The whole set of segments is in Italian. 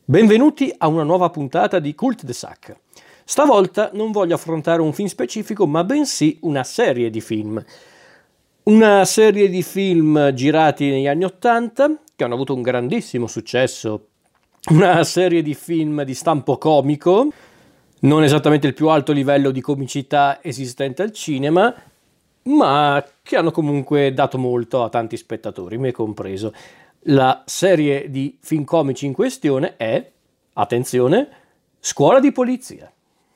Benvenuti a una nuova puntata di Cult de Sac. Stavolta non voglio affrontare un film specifico, ma bensì una serie di film. Una serie di film girati negli anni '80, che hanno avuto un grandissimo successo. Una serie di film di stampo comico, non esattamente il più alto livello di comicità esistente al cinema, ma che hanno comunque dato molto a tanti spettatori, me compreso. La serie di film comici in questione è, attenzione, Scuola di Polizia.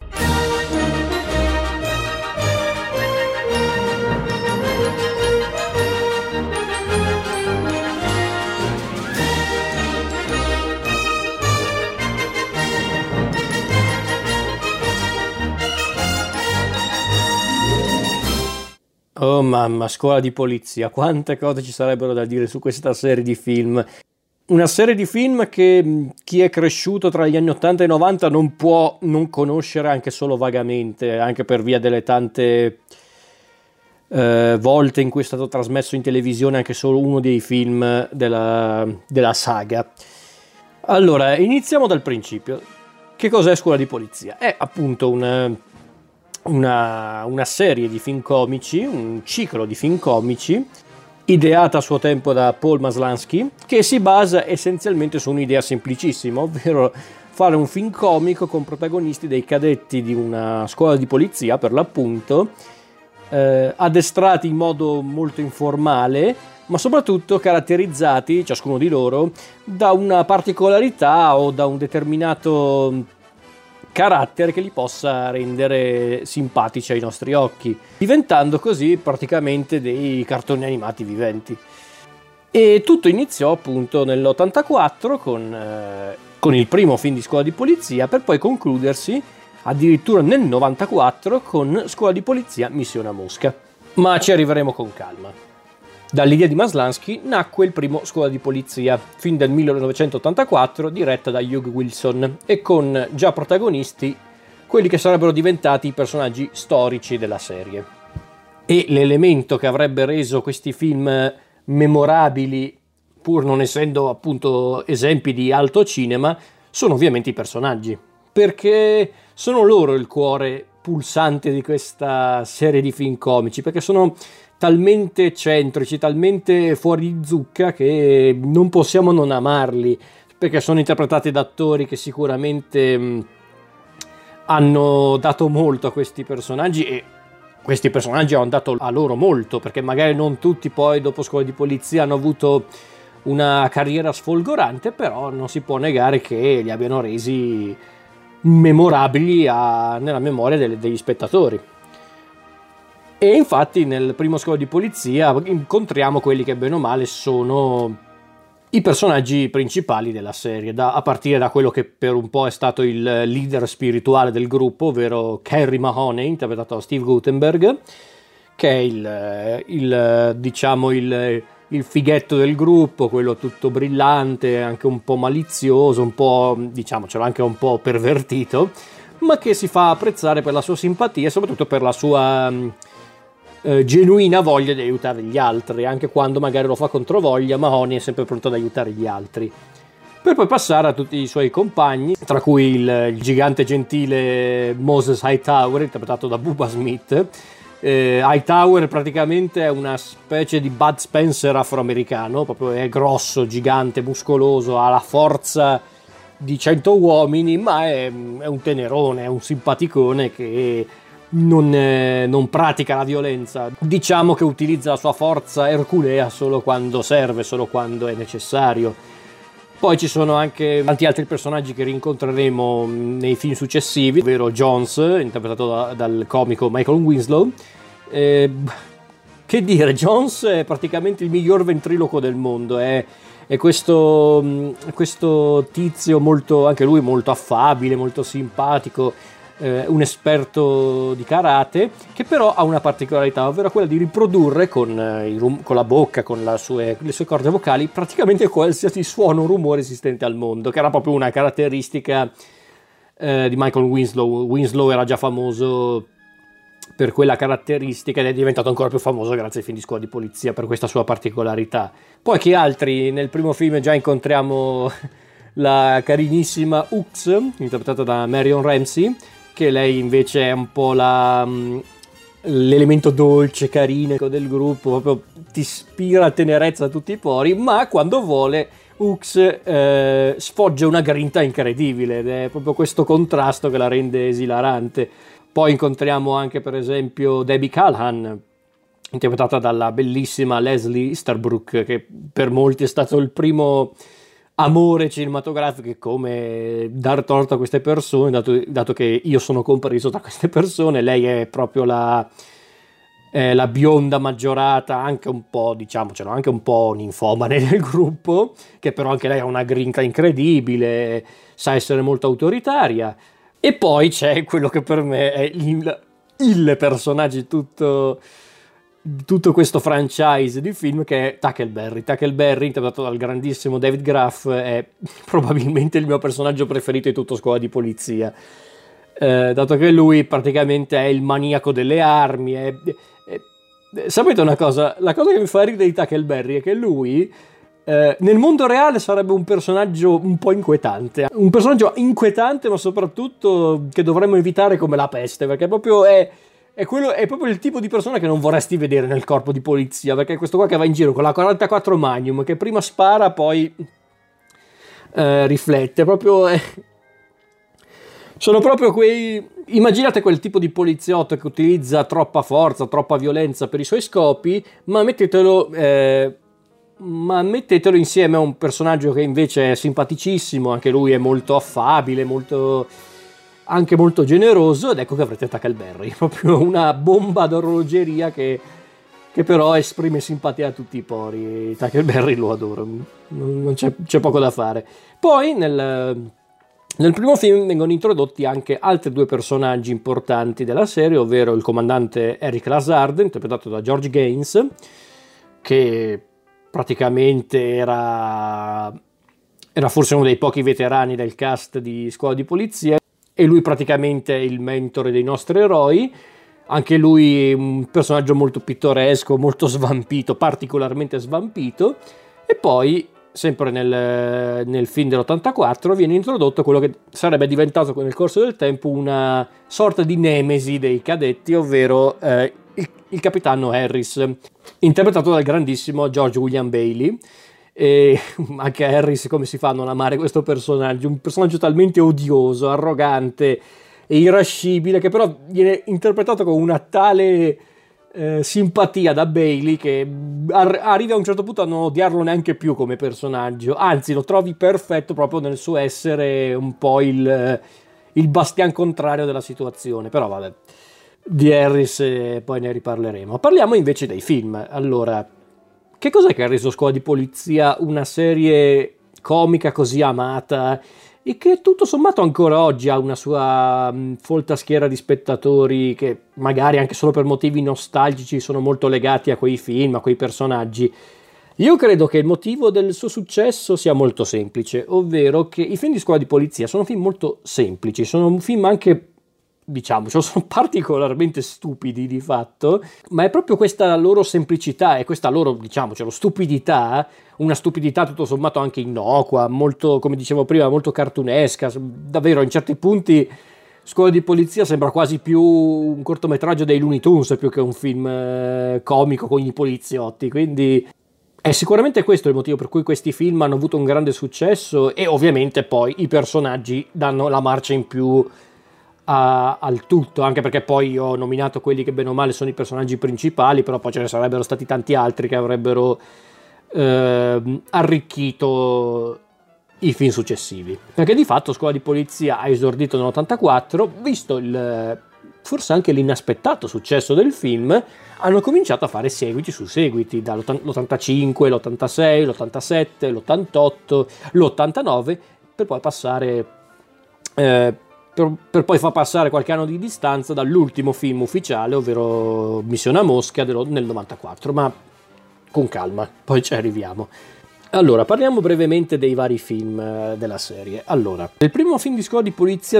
Oh mamma, Scuola di Polizia, quante cose ci sarebbero da dire su questa serie di film. Una serie di film che chi è cresciuto tra gli anni 80 e 90 non può non conoscere anche solo vagamente, anche per via delle tante volte in cui è stato trasmesso in televisione anche solo uno dei film della saga. Allora, iniziamo dal principio. Che cos'è Scuola di Polizia? È appunto una serie di film comici, un ciclo di film comici, ideata a suo tempo da Paul Maslansky, che si basa essenzialmente su un'idea semplicissima, ovvero fare un film comico con protagonisti dei cadetti di una scuola di polizia, per l'appunto, addestrati in modo molto informale, ma soprattutto caratterizzati, ciascuno di loro, da una particolarità o da un determinato carattere che li possa rendere simpatici ai nostri occhi, diventando così praticamente dei cartoni animati viventi. E tutto iniziò appunto nell'84 con il primo film di Scuola di Polizia, per poi concludersi addirittura nel 94 con Scuola di Polizia Missione a Mosca. Ma ci arriveremo con calma. Dall'idea di Maslansky nacque il primo Scuola di Polizia, film del 1984, diretta da Hugh Wilson, e con già protagonisti quelli che sarebbero diventati i personaggi storici della serie. E l'elemento che avrebbe reso questi film memorabili, pur non essendo appunto esempi di alto cinema, sono ovviamente i personaggi, perché sono loro il cuore pulsante di questa serie di film comici, perché sono talmente eccentrici, talmente fuori di zucca che non possiamo non amarli, perché sono interpretati da attori che sicuramente hanno dato molto a questi personaggi, e questi personaggi hanno dato a loro molto, perché magari non tutti poi dopo Scuola di Polizia hanno avuto una carriera sfolgorante, però non si può negare che li abbiano resi memorabili nella memoria degli spettatori. E infatti nel primo Scuola di Polizia incontriamo quelli che bene o male sono i personaggi principali della serie, a partire da quello che per un po' è stato il leader spirituale del gruppo, ovvero Kerry Mahoney, interpretato da Steve Guttenberg, che è il fighetto del gruppo, quello tutto brillante, anche un po' malizioso, un po', diciamocelo, anche un po' pervertito, ma che si fa apprezzare per la sua simpatia e soprattutto per la sua genuina voglia di aiutare gli altri, anche quando magari lo fa controvoglia. Mahoney è sempre pronto ad aiutare gli altri, per poi passare a tutti i suoi compagni, tra cui il gigante gentile Moses Hightower, interpretato da Bubba Smith. Hightower praticamente è una specie di Bud Spencer afroamericano, proprio è grosso, gigante, muscoloso, ha la forza di 100 uomini, ma è un tenerone, è un simpaticone che non pratica la violenza. Diciamo che utilizza la sua forza erculea solo quando serve, solo quando è necessario. Poi ci sono anche tanti altri personaggi che rincontreremo nei film successivi, ovvero Jones, interpretato dal comico Michael Winslow. Che dire, Jones è praticamente il miglior ventriloquo del mondo, è questo tizio molto, anche lui molto affabile, molto simpatico, un esperto di karate, che però ha una particolarità, ovvero quella di riprodurre con la bocca, con le sue corde vocali, praticamente qualsiasi suono o rumore esistente al mondo, che era proprio una caratteristica di Michael Winslow. Winslow era già famoso per quella caratteristica ed è diventato ancora più famoso grazie ai film di Scuola di Polizia per questa sua particolarità. Poi che altri? Nel primo film già incontriamo la carinissima Hooks, interpretata da Marion Ramsey, che lei invece è un po' l'elemento dolce, carino del gruppo, proprio ti ispira tenerezza a tutti i pori, ma quando vuole Hooks sfoggia una grinta incredibile ed è proprio questo contrasto che la rende esilarante. Poi incontriamo anche per esempio Debbie Callahan, interpretata dalla bellissima Leslie Easterbrook, che per molti è stato il primo amore cinematografico, e come dar torto a queste persone, dato che io sono compreso tra queste persone. Lei è proprio la bionda maggiorata, anche un po', diciamocelo, anche un po' ninfomane del gruppo, che però anche lei ha una grinta incredibile, sa essere molto autoritaria. E poi c'è quello che per me è il personaggio di tutto questo franchise di film, che è Tackleberry. Tackleberry, interpretato dal grandissimo David Graff, è probabilmente il mio personaggio preferito di tutto Scuola di Polizia, dato che lui praticamente è il maniaco delle armi. Sapete una cosa? La cosa che mi fa ridere di Tackleberry è che lui nel mondo reale sarebbe un personaggio un po' inquietante, ma soprattutto che dovremmo evitare come la peste, perché proprio è proprio il tipo di persona che non vorresti vedere nel corpo di polizia, perché è questo qua che va in giro con la 44 Magnum, che prima spara poi riflette, proprio sono proprio immaginate quel tipo di poliziotto che utilizza troppa forza, troppa violenza per i suoi scopi, ma mettetelo insieme a un personaggio che invece è simpaticissimo, anche lui è molto affabile, anche molto generoso, ed ecco che avrete Tackleberry, proprio una bomba d'orologeria che però esprime simpatia a tutti i pori. Tackleberry lo adoro, non c'è poco da fare. Poi nel primo film vengono introdotti anche altri due personaggi importanti della serie, ovvero il comandante Eric Lazard, interpretato da George Gaines, che praticamente era forse uno dei pochi veterani del cast di Scuola di Polizia, e lui praticamente è il mentore dei nostri eroi. Anche lui un personaggio molto pittoresco, molto svampito, particolarmente svampito. E poi, sempre nel film dell'84, viene introdotto quello che sarebbe diventato nel corso del tempo una sorta di nemesi dei cadetti, ovvero il capitano Harris, interpretato dal grandissimo George William Bailey. E anche Harris, come si fa a non amare questo personaggio? Un personaggio talmente odioso, arrogante e irascibile, che però viene interpretato con una tale simpatia da Bailey che arrivi a un certo punto a non odiarlo neanche più come personaggio, anzi lo trovi perfetto proprio nel suo essere un po' il bastian contrario della situazione. Però vabbè, di Harris poi ne riparleremo. Parliamo invece dei film. Allora, che cos'è che ha reso Scuola di Polizia una serie comica così amata e che tutto sommato ancora oggi ha una sua folta schiera di spettatori che magari anche solo per motivi nostalgici sono molto legati a quei film, a quei personaggi? Io credo che il motivo del suo successo sia molto semplice, ovvero che i film di Scuola di Polizia sono film molto semplici, sono un film anche, diciamo, sono particolarmente stupidi di fatto, ma è proprio questa loro semplicità e questa loro, diciamocelo, stupidità, una stupidità tutto sommato anche innocua, molto, come dicevo prima, molto cartunesca. Davvero in certi punti Scuola di Polizia sembra quasi più un cortometraggio dei Looney Tunes più che un film comico con i poliziotti, quindi è sicuramente questo il motivo per cui questi film hanno avuto un grande successo, e ovviamente poi i personaggi danno la marcia in più al tutto, anche perché poi io ho nominato quelli che bene o male sono i personaggi principali, però poi ce ne sarebbero stati tanti altri che avrebbero arricchito i film successivi, perché di fatto Scuola di Polizia ha esordito nell'84, visto forse anche l'inaspettato successo del film, hanno cominciato a fare seguiti su seguiti, dall'85, l'86, l'87, l'88, l'89, per poi passare per poi far passare qualche anno di distanza dall'ultimo film ufficiale, ovvero Missione a Mosca nel 94, ma con calma, poi ci arriviamo. Allora, parliamo brevemente dei vari film della serie. Allora, il primo film di Scuola di Polizia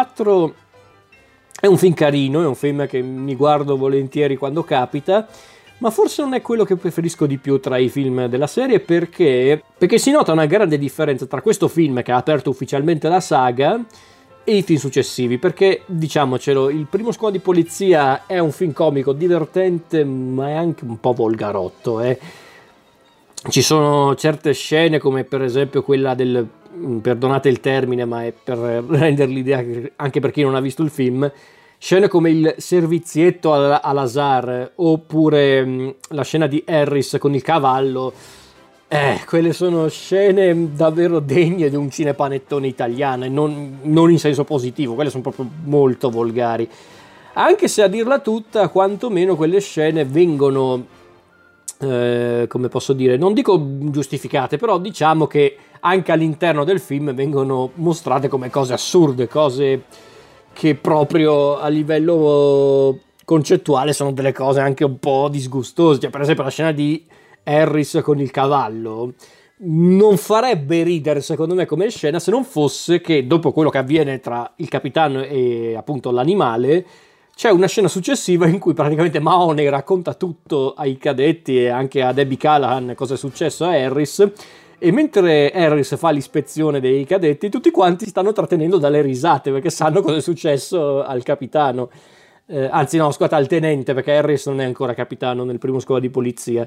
dell'84 è un film carino, è un film che mi guardo volentieri quando capita, ma forse non è quello che preferisco di più tra i film della serie, perché si nota una grande differenza tra questo film che ha aperto ufficialmente la saga e i film successivi, perché diciamocelo, il primo Scuola di Polizia è un film comico divertente, ma è anche un po' volgarotto, Ci sono certe scene, come per esempio quella del, perdonate il termine, ma è per rendere l'idea anche per chi non ha visto il film, scene come il servizietto a Lazar, oppure la scena di Harris con il cavallo. Quelle sono scene davvero degne di un cinepanettone italiano, e non in senso positivo, quelle sono proprio molto volgari. Anche se, a dirla tutta, quantomeno quelle scene vengono, come posso dire, non dico giustificate, però diciamo che anche all'interno del film vengono mostrate come cose assurde, cose che proprio a livello concettuale sono delle cose anche un po' disgustose. Cioè, per esempio, la scena di Harris con il cavallo non farebbe ridere, secondo me, come scena, se non fosse che dopo quello che avviene tra il capitano e appunto l'animale, c'è una scena successiva in cui praticamente Mahoney racconta tutto ai cadetti e anche a Debbie Callahan cosa è successo a Harris, e mentre Harris fa l'ispezione dei cadetti, tutti quanti stanno trattenendo dalle risate perché sanno cosa è successo al capitano. Anzi no, scusate, al tenente, perché Harris non è ancora capitano nel primo Scuola di Polizia.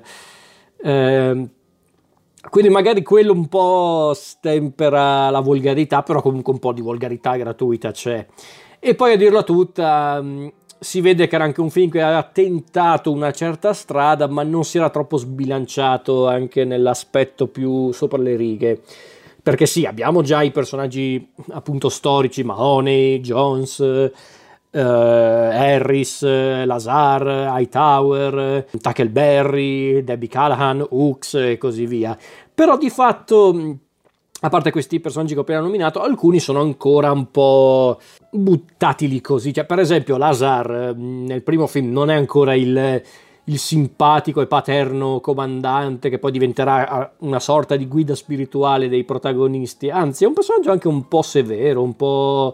Quindi magari quello un po' stempera la volgarità, però comunque un po' di volgarità gratuita c'è. E poi, a dirla tutta, si vede che era anche un film che aveva tentato una certa strada, ma non si era troppo sbilanciato anche nell'aspetto più sopra le righe. Perché sì, abbiamo già i personaggi appunto storici, Mahoney, Jones, Harris, Lazar, Hightower, Tackleberry, Debbie Callahan, Hooks e così via. Però di fatto, a parte questi personaggi che ho appena nominato, alcuni sono ancora un po' buttati lì così. Cioè, per esempio, Lazar nel primo film non è ancora il simpatico e paterno comandante che poi diventerà una sorta di guida spirituale dei protagonisti. Anzi, è un personaggio anche un po' severo, un po'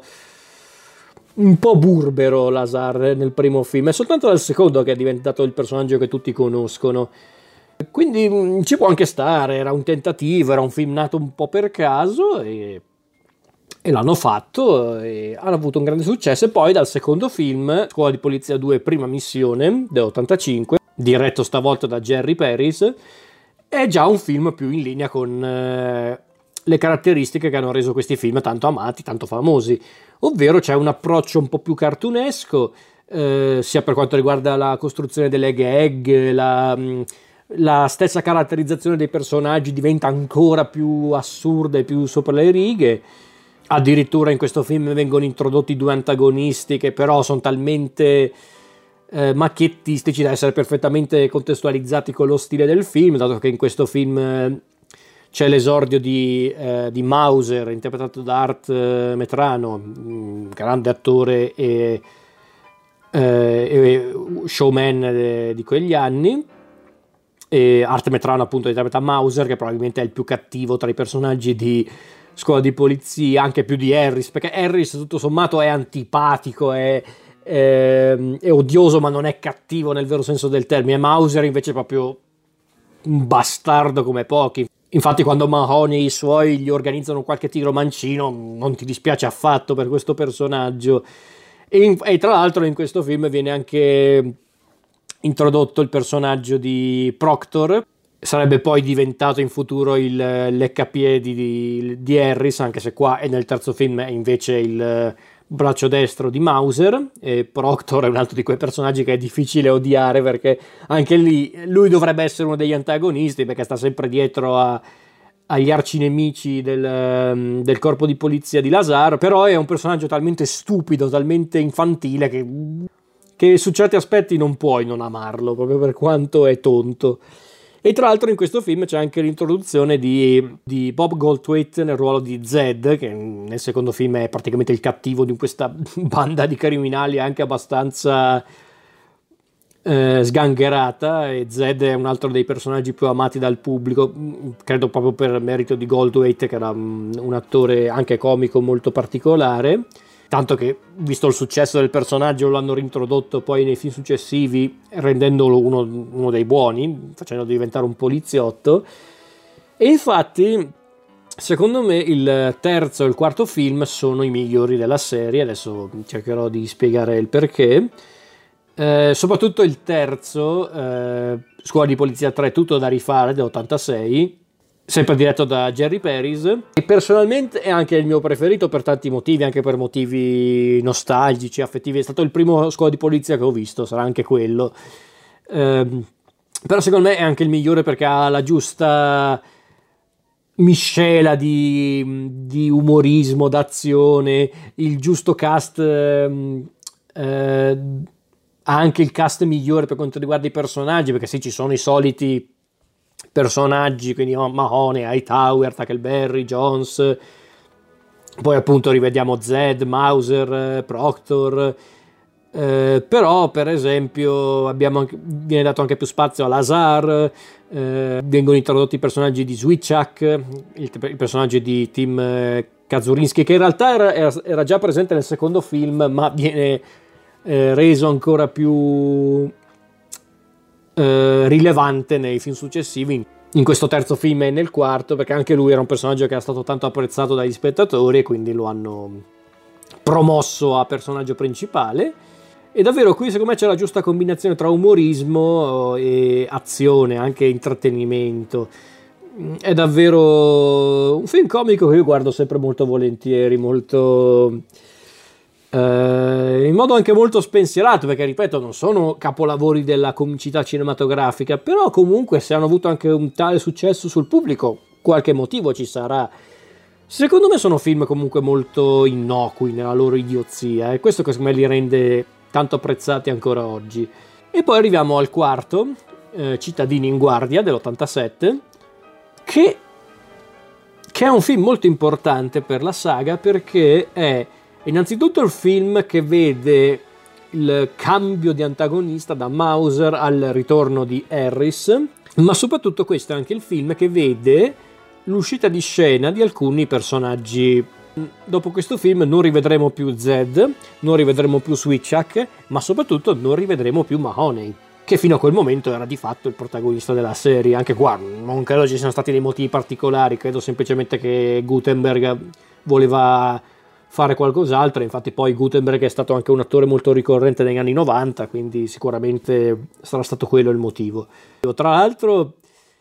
burbero Lazar nel primo film. È soltanto dal secondo che è diventato il personaggio che tutti conoscono. Quindi ci può anche stare, era un tentativo, era un film nato un po' per caso e l'hanno fatto e hanno avuto un grande successo. E poi dal secondo film, Scuola di Polizia 2 Prima Missione dell'85, diretto stavolta da Jerry Paris, è già un film più in linea con le caratteristiche che hanno reso questi film tanto amati, tanto famosi, ovvero c'è un approccio un po' più cartunesco, sia per quanto riguarda la costruzione delle gag, la stessa caratterizzazione dei personaggi diventa ancora più assurda e più sopra le righe. Addirittura in questo film vengono introdotti due antagonisti che però sono talmente macchiettistici da essere perfettamente contestualizzati con lo stile del film, dato che in questo film c'è l'esordio di Mauser, interpretato da Art Metrano, grande attore e showman di quegli anni. E Art Metrano appunto interpreta Mauser, che probabilmente è il più cattivo tra i personaggi di Scuola di Polizia, anche più di Harris, perché Harris tutto sommato è antipatico, è odioso, ma non è cattivo nel vero senso del termine. Mauser invece è proprio un bastardo come pochi. Infatti quando Mahoney e i suoi gli organizzano qualche tiro mancino non ti dispiace affatto per questo personaggio. E tra l'altro in questo film viene anche introdotto il personaggio di Proctor, sarebbe poi diventato in futuro il leccapiedi di Harris, anche se qua e nel terzo film è invece il braccio destro di Mauser. E Proctor è un altro di quei personaggi che è difficile odiare, perché anche lì lui dovrebbe essere uno degli antagonisti, perché sta sempre dietro agli arcinemici del corpo di polizia di Lazar, però è un personaggio talmente stupido, talmente infantile che su certi aspetti non puoi non amarlo, proprio per quanto è tonto. E tra l'altro in questo film c'è anche l'introduzione di Bob Goldthwait nel ruolo di Zed, che nel secondo film è praticamente il cattivo di questa banda di criminali anche abbastanza sgangherata, e Zed è un altro dei personaggi più amati dal pubblico, credo proprio per merito di Goldthwait, che era un attore anche comico molto particolare. tanto che, visto il successo del personaggio, lo hanno reintrodotto poi nei film successivi, rendendolo uno dei buoni, facendolo diventare un poliziotto. E infatti, secondo me, il terzo e il quarto film sono i migliori della serie. Adesso cercherò di spiegare il perché. Soprattutto il terzo, Scuola di Polizia 3, tutto da rifare, dell'86, sempre diretto da Jerry Paris, e personalmente è anche il mio preferito per tanti motivi, anche per motivi nostalgici, affettivi. È stato il primo Scuola di Polizia che ho visto, sarà anche quello, però secondo me è anche il migliore perché ha la giusta miscela di umorismo, d'azione, il giusto cast, ha anche il cast migliore per quanto riguarda i personaggi, perché sì, ci sono i soliti personaggi, quindi Mahoney, Hightower, Tackleberry, Jones, poi appunto rivediamo Zed, Mauser, Proctor, però per esempio viene dato anche più spazio a Lazar, vengono introdotti i personaggi di Zwischak, il personaggio di Tim Kazurinski, che in realtà era già presente nel secondo film, ma viene reso ancora più rilevante nei film successivi, in questo terzo film e nel quarto, perché anche lui era un personaggio che era stato tanto apprezzato dagli spettatori e quindi lo hanno promosso a personaggio principale. E davvero qui secondo me c'è la giusta combinazione tra umorismo e azione, anche intrattenimento. È davvero un film comico che io guardo sempre molto volentieri, molto in modo anche molto spensierato, perché ripeto, non sono capolavori della comicità cinematografica, però comunque se hanno avuto anche un tale successo sul pubblico, qualche motivo ci sarà. Secondo me sono film comunque molto innocui nella loro idiozia, e questo che secondo me li rende tanto apprezzati ancora oggi. E poi arriviamo al quarto, Cittadini in guardia, dell'87, che è un film molto importante per la saga, perché è innanzitutto il film che vede il cambio di antagonista da Mauser al ritorno di Harris, ma soprattutto questo è anche il film che vede l'uscita di scena di alcuni personaggi. Dopo questo film non rivedremo più Zed, non rivedremo più Zwischak, ma soprattutto non rivedremo più Mahoney, che fino a quel momento era di fatto il protagonista della serie. Anche qua non credo ci siano stati dei motivi particolari, credo semplicemente che Guttenberg voleva fare qualcos'altro. Infatti poi Guttenberg è stato anche un attore molto ricorrente negli anni 90, quindi sicuramente sarà stato quello il motivo. Tra l'altro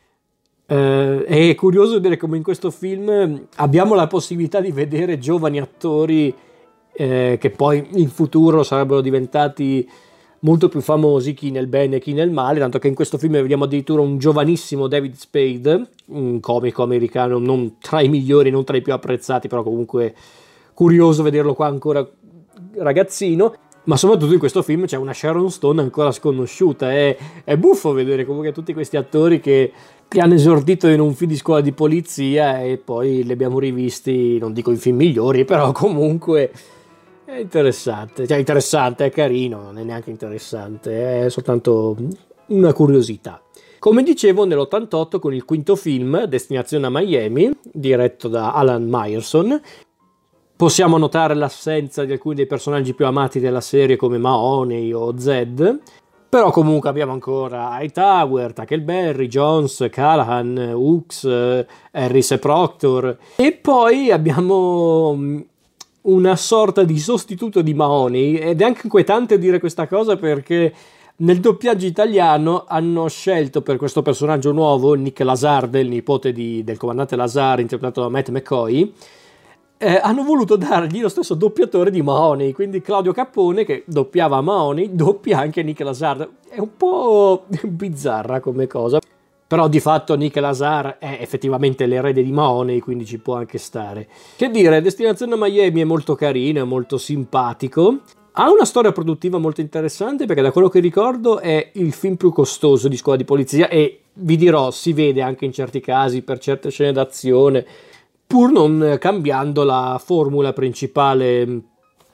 è curioso vedere come in questo film abbiamo la possibilità di vedere giovani attori che poi in futuro sarebbero diventati molto più famosi, chi nel bene e chi nel male, tanto che in questo film vediamo addirittura un giovanissimo David Spade, un comico americano non tra i migliori, non tra i più apprezzati, però comunque curioso vederlo qua ancora ragazzino. Ma soprattutto in questo film c'è una Sharon Stone ancora sconosciuta. È buffo vedere comunque tutti questi attori che hanno esordito in un film di Scuola di Polizia e poi li abbiamo rivisti, non dico in film migliori, però comunque è interessante. Cioè interessante, è carino, non è neanche interessante, è soltanto una curiosità. Come dicevo, nell'88 con il quinto film, Destinazione a Miami, diretto da Alan Meyerson, possiamo notare l'assenza di alcuni dei personaggi più amati della serie come Mahoney o Zed, però comunque abbiamo ancora Hightower, Tackleberry, Jones, Callahan, Hooks, Harris e Proctor, e poi abbiamo una sorta di sostituto di Mahoney, ed è anche inquietante dire questa cosa perché nel doppiaggio italiano hanno scelto per questo personaggio nuovo Nick Lazar, il nipote del comandante Lazar, interpretato da Matt McCoy. Hanno voluto dargli lo stesso doppiatore di Mahoney, quindi Claudio Cappone, che doppiava Mahoney, doppia anche Nick Lazar. È un po' bizzarra come cosa, però di fatto Nick Lazar è effettivamente l'erede di Mahoney, quindi ci può anche stare. Che dire, Destinazione a Miami è molto carino, è molto simpatico, ha una storia produttiva molto interessante, perché da quello che ricordo è il film più costoso di Scuola di Polizia, e vi dirò, si vede anche in certi casi per certe scene d'azione, pur non cambiando la formula principale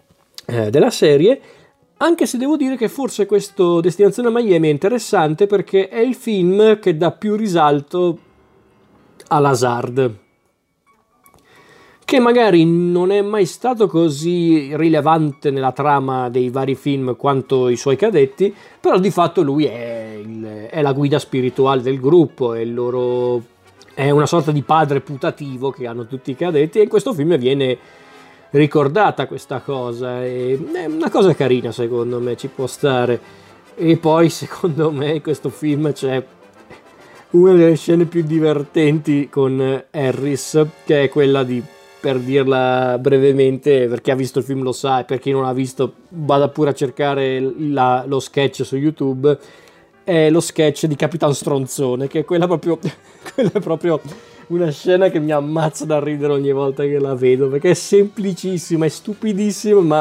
della serie, anche se devo dire che forse questo Destinazione a Miami è interessante perché è il film che dà più risalto a Lazard. che magari non è mai stato così rilevante nella trama dei vari film quanto i suoi cadetti, però di fatto lui è la guida spirituale del gruppo, è una sorta di padre putativo che hanno tutti i cadetti, e in questo film viene ricordata questa cosa, è una cosa carina, secondo me, ci può stare. E poi secondo me in questo film c'è una delle scene più divertenti con Harris, che è quella di, per dirla brevemente, per chi ha visto il film lo sa, e per chi non l'ha visto vada pure a cercare lo sketch su YouTube. È lo sketch di Capitan Stronzone, che è quella è proprio una scena che mi ammazza da ridere ogni volta che la vedo, perché è semplicissima, è stupidissima, ma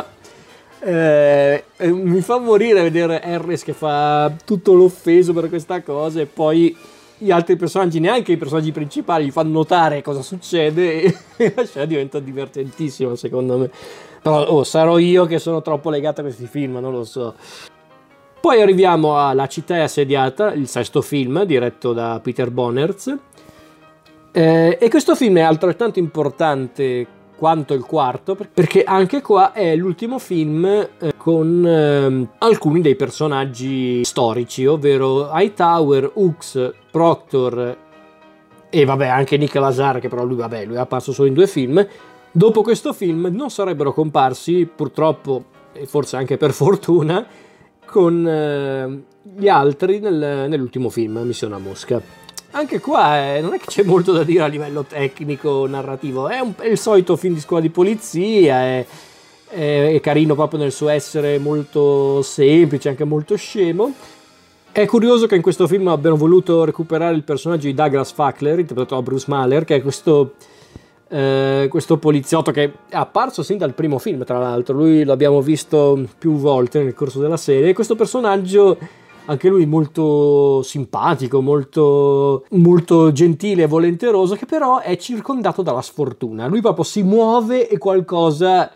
mi fa morire vedere Harris che fa tutto l'offeso per questa cosa, e poi gli altri personaggi, neanche i personaggi principali, gli fanno notare cosa succede, e la scena diventa divertentissima, secondo me. Però sarò io che sono troppo legato a questi film, non lo so. Poi arriviamo a La città è assediata, il sesto film diretto da Peter Bonerz, e questo film è altrettanto importante quanto il quarto, perché anche qua è l'ultimo film con alcuni dei personaggi storici, ovvero Hightower, Hooks, Proctor e vabbè anche Nick Lazar, che però lui è apparso solo in 2 film. Dopo questo film non sarebbero comparsi, purtroppo e forse anche per fortuna, con gli altri nell'ultimo film, Missione a Mosca. Anche qua non è che c'è molto da dire a livello tecnico, narrativo, è il solito film di scuola di polizia, è carino proprio nel suo essere molto semplice, anche molto scemo. È curioso che in questo film abbiano voluto recuperare il personaggio di Douglas Fackler, interpretato da Bruce Mahler, che è questo poliziotto che è apparso sin dal primo film, tra l'altro. Lui l'abbiamo visto più volte nel corso della serie, e questo personaggio, anche lui molto simpatico, molto, molto gentile e volenteroso, che però è circondato dalla sfortuna. Lui proprio si muove e qualcosa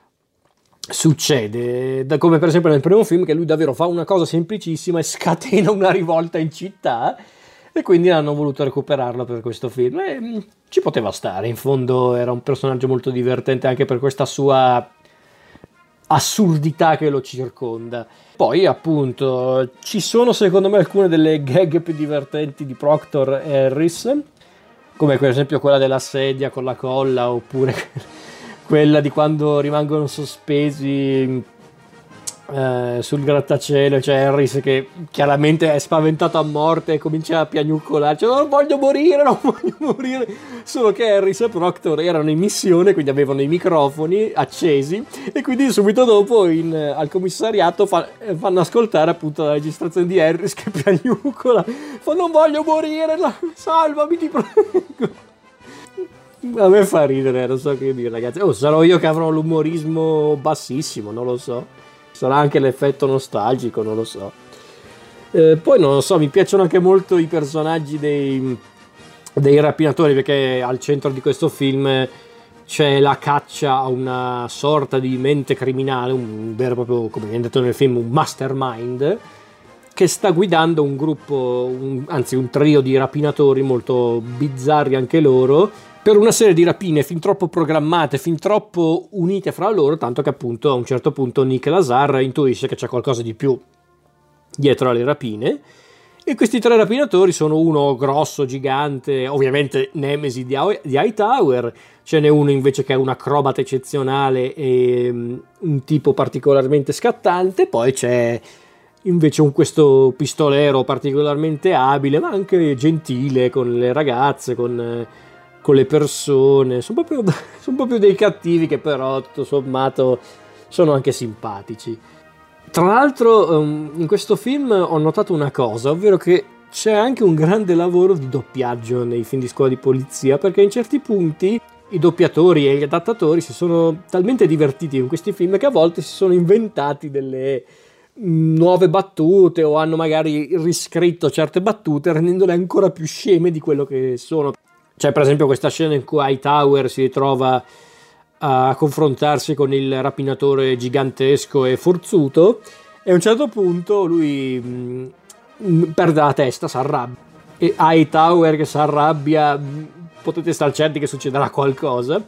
succede, come per esempio nel primo film, che lui davvero fa una cosa semplicissima e scatena una rivolta in città, e quindi hanno voluto recuperarlo per questo film, e ci poteva stare. In fondo era un personaggio molto divertente anche per questa sua assurdità che lo circonda. Poi appunto ci sono secondo me alcune delle gag più divertenti di Proctor e Harris, come per esempio quella della sedia con la colla, oppure quella di quando rimangono sospesi sul grattacielo, c'è Harris che chiaramente è spaventato a morte e comincia a piagnucolare, cioè non voglio morire, solo che Harris e Proctor erano in missione, quindi avevano i microfoni accesi, e quindi subito dopo al commissariato fanno ascoltare appunto la registrazione di Harris che piagnucola, fa non voglio morire, salvami ti prego. A me fa ridere, non so che dire, ragazzi. Sarò io che avrò l'umorismo bassissimo, non lo so. Sarà anche l'effetto nostalgico, non lo so. Poi non lo so, mi piacciono anche molto i personaggi dei rapinatori, perché al centro di questo film c'è la caccia a una sorta di mente criminale, un vero e proprio, come viene detto nel film, un mastermind, che sta guidando un gruppo, anzi un trio di rapinatori molto bizzarri anche loro, per una serie di rapine fin troppo programmate, fin troppo unite fra loro, tanto che appunto a un certo punto Nick Lazar intuisce che c'è qualcosa di più dietro alle rapine, e questi 3 rapinatori sono uno grosso, gigante, ovviamente nemesi di Hightower, ce n'è uno invece che è un acrobata eccezionale e un tipo particolarmente scattante, poi c'è invece questo pistolero particolarmente abile, ma anche gentile con le ragazze, con le persone. Sono proprio dei cattivi che però tutto sommato sono anche simpatici. Tra l'altro in questo film ho notato una cosa, ovvero che c'è anche un grande lavoro di doppiaggio nei film di scuola di polizia, perché in certi punti i doppiatori e gli adattatori si sono talmente divertiti in questi film che a volte si sono inventati delle nuove battute, o hanno magari riscritto certe battute rendendole ancora più sceme di quello che sono. C'è per esempio questa scena in cui Hightower si ritrova a confrontarsi con il rapinatore gigantesco e forzuto, e a un certo punto lui perde la testa, si arrabbia, e Hightower che si arrabbia, potete star certi che succederà qualcosa,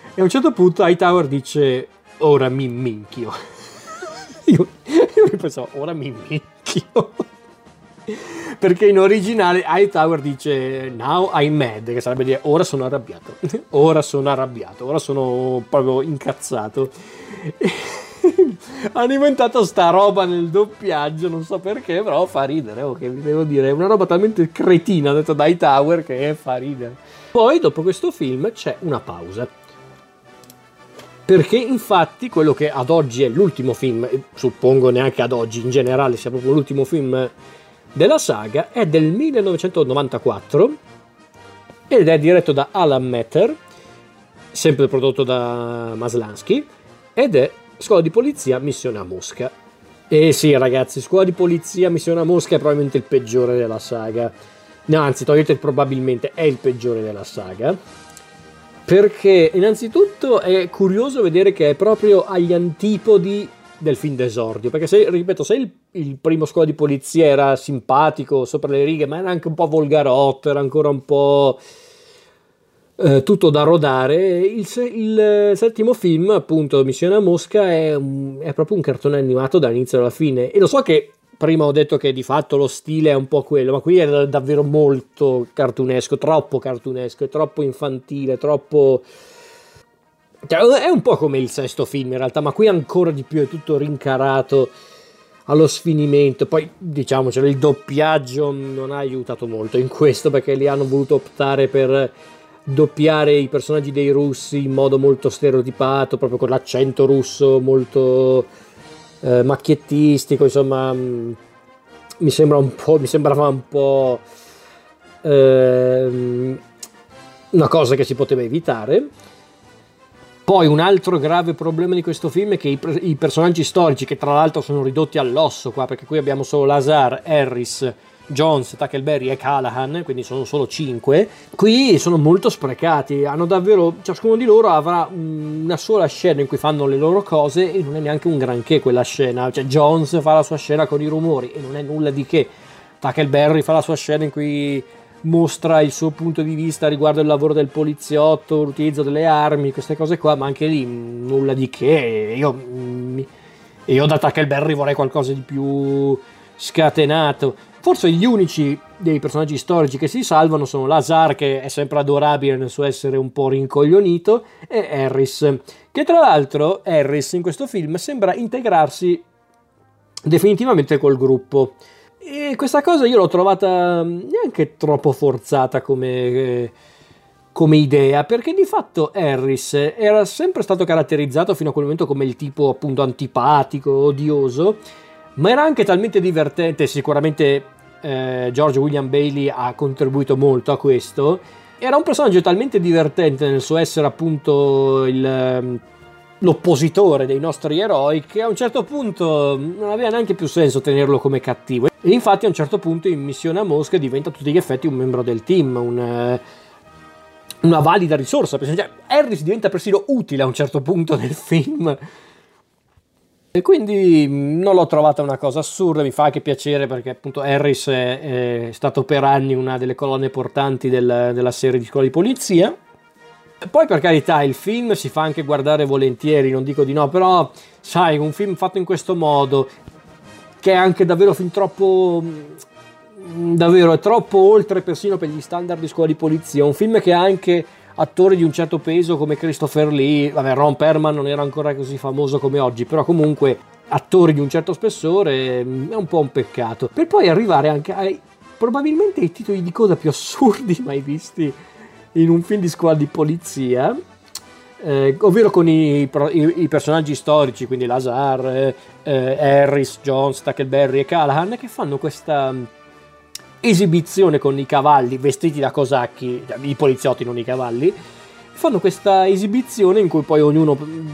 E a un certo punto Hightower dice ora mi minchio. Io mi pensavo ora mi minchio. Perché in originale Hightower dice now I'm mad, che sarebbe dire ora sono arrabbiato, ora sono proprio incazzato. Hanno inventato sta roba nel doppiaggio, non so perché, però fa ridere, che vi devo dire, è una roba talmente cretina detta da Hightower che fa ridere. Poi dopo questo film c'è una pausa, perché infatti quello che ad oggi è l'ultimo film, suppongo neanche ad oggi in generale sia proprio l'ultimo film della saga, è del 1994 ed è diretto da Alan Metter, sempre prodotto da Maslansky, ed è Scuola di polizia, missione a Mosca. E sì ragazzi, Scuola di polizia, missione a Mosca è probabilmente il peggiore della saga. No, anzi, togliete probabilmente, è il peggiore della saga. Perché innanzitutto è curioso vedere che è proprio agli antipodi del film d'esordio. Perché se il primo Scuola di polizia era simpatico, sopra le righe, ma era anche un po' volgarotto, era ancora un po' tutto da rodare, il settimo film, appunto Missione a Mosca, è proprio un cartone animato dall'inizio alla fine. E lo so che prima ho detto che di fatto lo stile è un po' quello, ma qui è davvero molto cartunesco, troppo cartunesco, è troppo infantile, troppo... Cioè, è un po' come il sesto film in realtà, ma qui ancora di più, è tutto rincarato allo sfinimento. Poi diciamocelo, il doppiaggio non ha aiutato molto in questo, perché li hanno voluto optare per doppiare i personaggi dei russi in modo molto stereotipato, proprio con l'accento russo molto macchiettistico, insomma mi sembrava un po' una cosa che si poteva evitare. Poi un altro grave problema di questo film è che i personaggi storici, che tra l'altro sono ridotti all'osso qua, perché qui abbiamo solo Lazar, Harris, Jones, Tackleberry e Callahan, quindi sono solo 5, qui sono molto sprecati, hanno davvero, ciascuno di loro avrà una sola scena in cui fanno le loro cose e non è neanche un granché quella scena. Cioè Jones fa la sua scena con i rumori e non è nulla di che, Tackleberry fa la sua scena in cui mostra il suo punto di vista riguardo il lavoro del poliziotto, l'utilizzo delle armi, queste cose qua, ma anche lì nulla di che. Io da Tackleberry vorrei qualcosa di più scatenato. Forse gli unici dei personaggi storici che si salvano sono Lazar, che è sempre adorabile nel suo essere un po' rincoglionito, e Harris, che tra l'altro Harris in questo film sembra integrarsi definitivamente col gruppo. E questa cosa io l'ho trovata neanche troppo forzata come idea, perché di fatto Harris era sempre stato caratterizzato fino a quel momento come il tipo appunto antipatico, odioso, ma era anche talmente divertente. Sicuramente George William Bailey ha contribuito molto a questo. Era un personaggio talmente divertente nel suo essere appunto l'oppositore dei nostri eroi, che a un certo punto non aveva neanche più senso tenerlo come cattivo. E infatti a un certo punto in Missione a Mosca diventa a tutti gli effetti un membro del team, una valida risorsa. Cioè, Harris diventa persino utile a un certo punto nel film. E quindi non l'ho trovata una cosa assurda, mi fa anche piacere perché appunto Harris è stato per anni una delle colonne portanti della serie di Scuola di polizia. Poi per carità il film si fa anche guardare volentieri, non dico di no, però sai, un film fatto in questo modo, che è anche davvero fin troppo, davvero è troppo oltre persino per gli standard di Scuola di polizia, un film che ha anche attori di un certo peso come Christopher Lee, vabbè, Ron Perlman non era ancora così famoso come oggi, però comunque attori di un certo spessore, è un po' un peccato. Per poi arrivare anche probabilmente ai titoli di coda più assurdi mai visti in un film di Scuola di polizia, ovvero con i personaggi storici, quindi Lazar, Harris, Jones, Tackleberry e Callahan, che fanno questa esibizione con i cavalli vestiti da cosacchi, i poliziotti non i cavalli, fanno questa esibizione in cui poi ognuno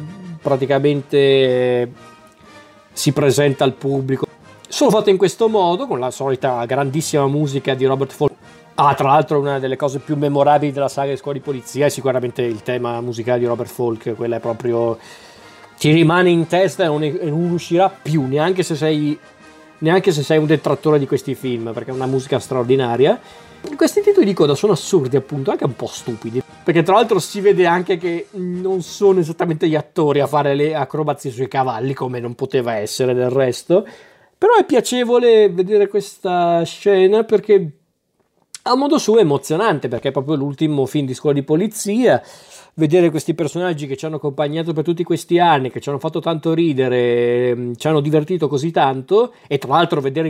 praticamente si presenta al pubblico. Sono fatte in questo modo, con la solita grandissima musica di Robert Folk. Tra l'altro una delle cose più memorabili della saga di Scuola di polizia è sicuramente il tema musicale di Robert Folk, quella è proprio, ti rimane in testa e non uscirà più, neanche se sei un detrattore di questi film, perché è una musica straordinaria. Questi titoli di coda sono assurdi, appunto, anche un po' stupidi, perché tra l'altro si vede anche che non sono esattamente gli attori a fare le acrobazie sui cavalli, come non poteva essere del resto. Però è piacevole vedere questa scena perché a modo suo è emozionante, perché è proprio l'ultimo film di scuola di polizia. Vedere questi personaggi che ci hanno accompagnato per tutti questi anni, che ci hanno fatto tanto ridere, ci hanno divertito così tanto, e tra l'altro vedere in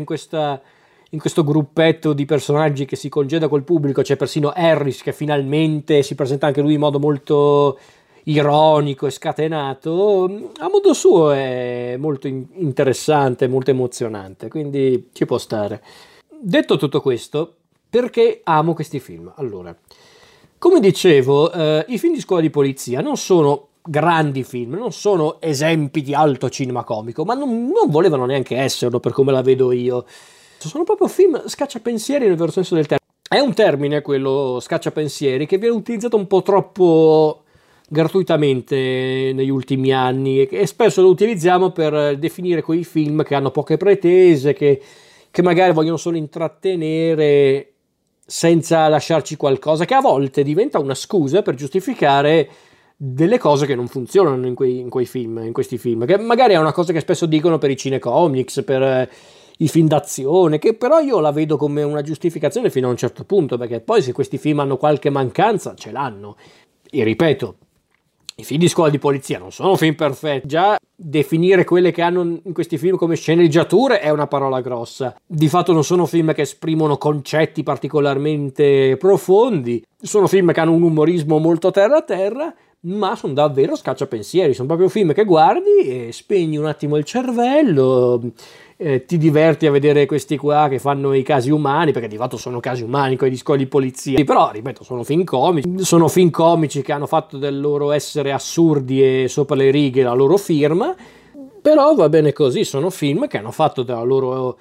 questo gruppetto di personaggi che si congeda col pubblico c'è persino Harris che finalmente si presenta anche lui in modo molto ironico e scatenato, a modo suo è molto interessante, molto emozionante, quindi ci può stare. Detto tutto questo, perché amo questi film? Allora, come dicevo, i film di scuola di polizia non sono grandi film, non sono esempi di alto cinema comico, ma non volevano neanche esserlo per come la vedo io. Sono proprio film scacciapensieri nel vero senso del termine. È un termine, quello scacciapensieri, che viene utilizzato un po' troppo gratuitamente negli ultimi anni e spesso lo utilizziamo per definire quei film che hanno poche pretese, che magari vogliono solo intrattenere senza lasciarci qualcosa, che a volte diventa una scusa per giustificare delle cose che non funzionano in questi film, che magari è una cosa che spesso dicono per i cinecomics, per i film d'azione, che però io la vedo come una giustificazione fino a un certo punto, perché poi se questi film hanno qualche mancanza, ce l'hanno. E ripeto, i film di scuola di polizia non sono film perfetti. Già definire quelle che hanno in questi film come sceneggiature è una parola grossa. Di fatto non sono film che esprimono concetti particolarmente profondi. Sono film che hanno un umorismo molto terra a terra, ma sono davvero scacciapensieri. Sono proprio film che guardi e spegni un attimo il cervello, ti diverti a vedere questi qua che fanno i casi umani, perché di fatto sono casi umani quelli di scuola di polizia, però ripeto sono film comici che hanno fatto del loro essere assurdi e sopra le righe la loro firma, però va bene così. Sono film che hanno fatto della loro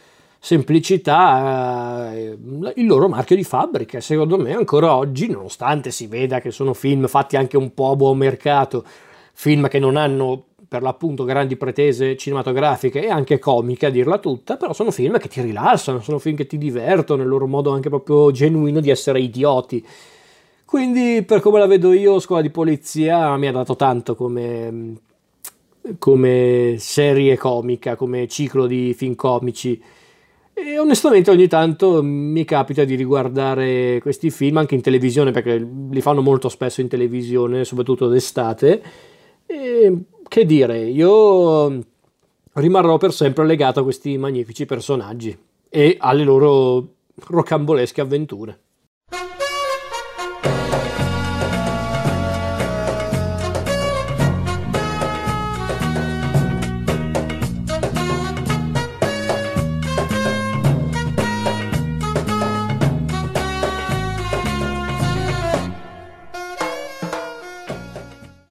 semplicità il loro marchio di fabbrica. Secondo me ancora oggi, nonostante si veda che sono film fatti anche un po' a buon mercato, film che non hanno per l'appunto grandi pretese cinematografiche e anche comiche a dirla tutta, però sono film che ti rilassano, sono film che ti divertono nel loro modo anche proprio genuino di essere idioti. Quindi per come la vedo io, Scuola di polizia mi ha dato tanto come serie comica, come ciclo di film comici, e onestamente ogni tanto mi capita di riguardare questi film anche in televisione, perché li fanno molto spesso in televisione, soprattutto d'estate. E che dire, io rimarrò per sempre legato a questi magnifici personaggi e alle loro rocambolesche avventure.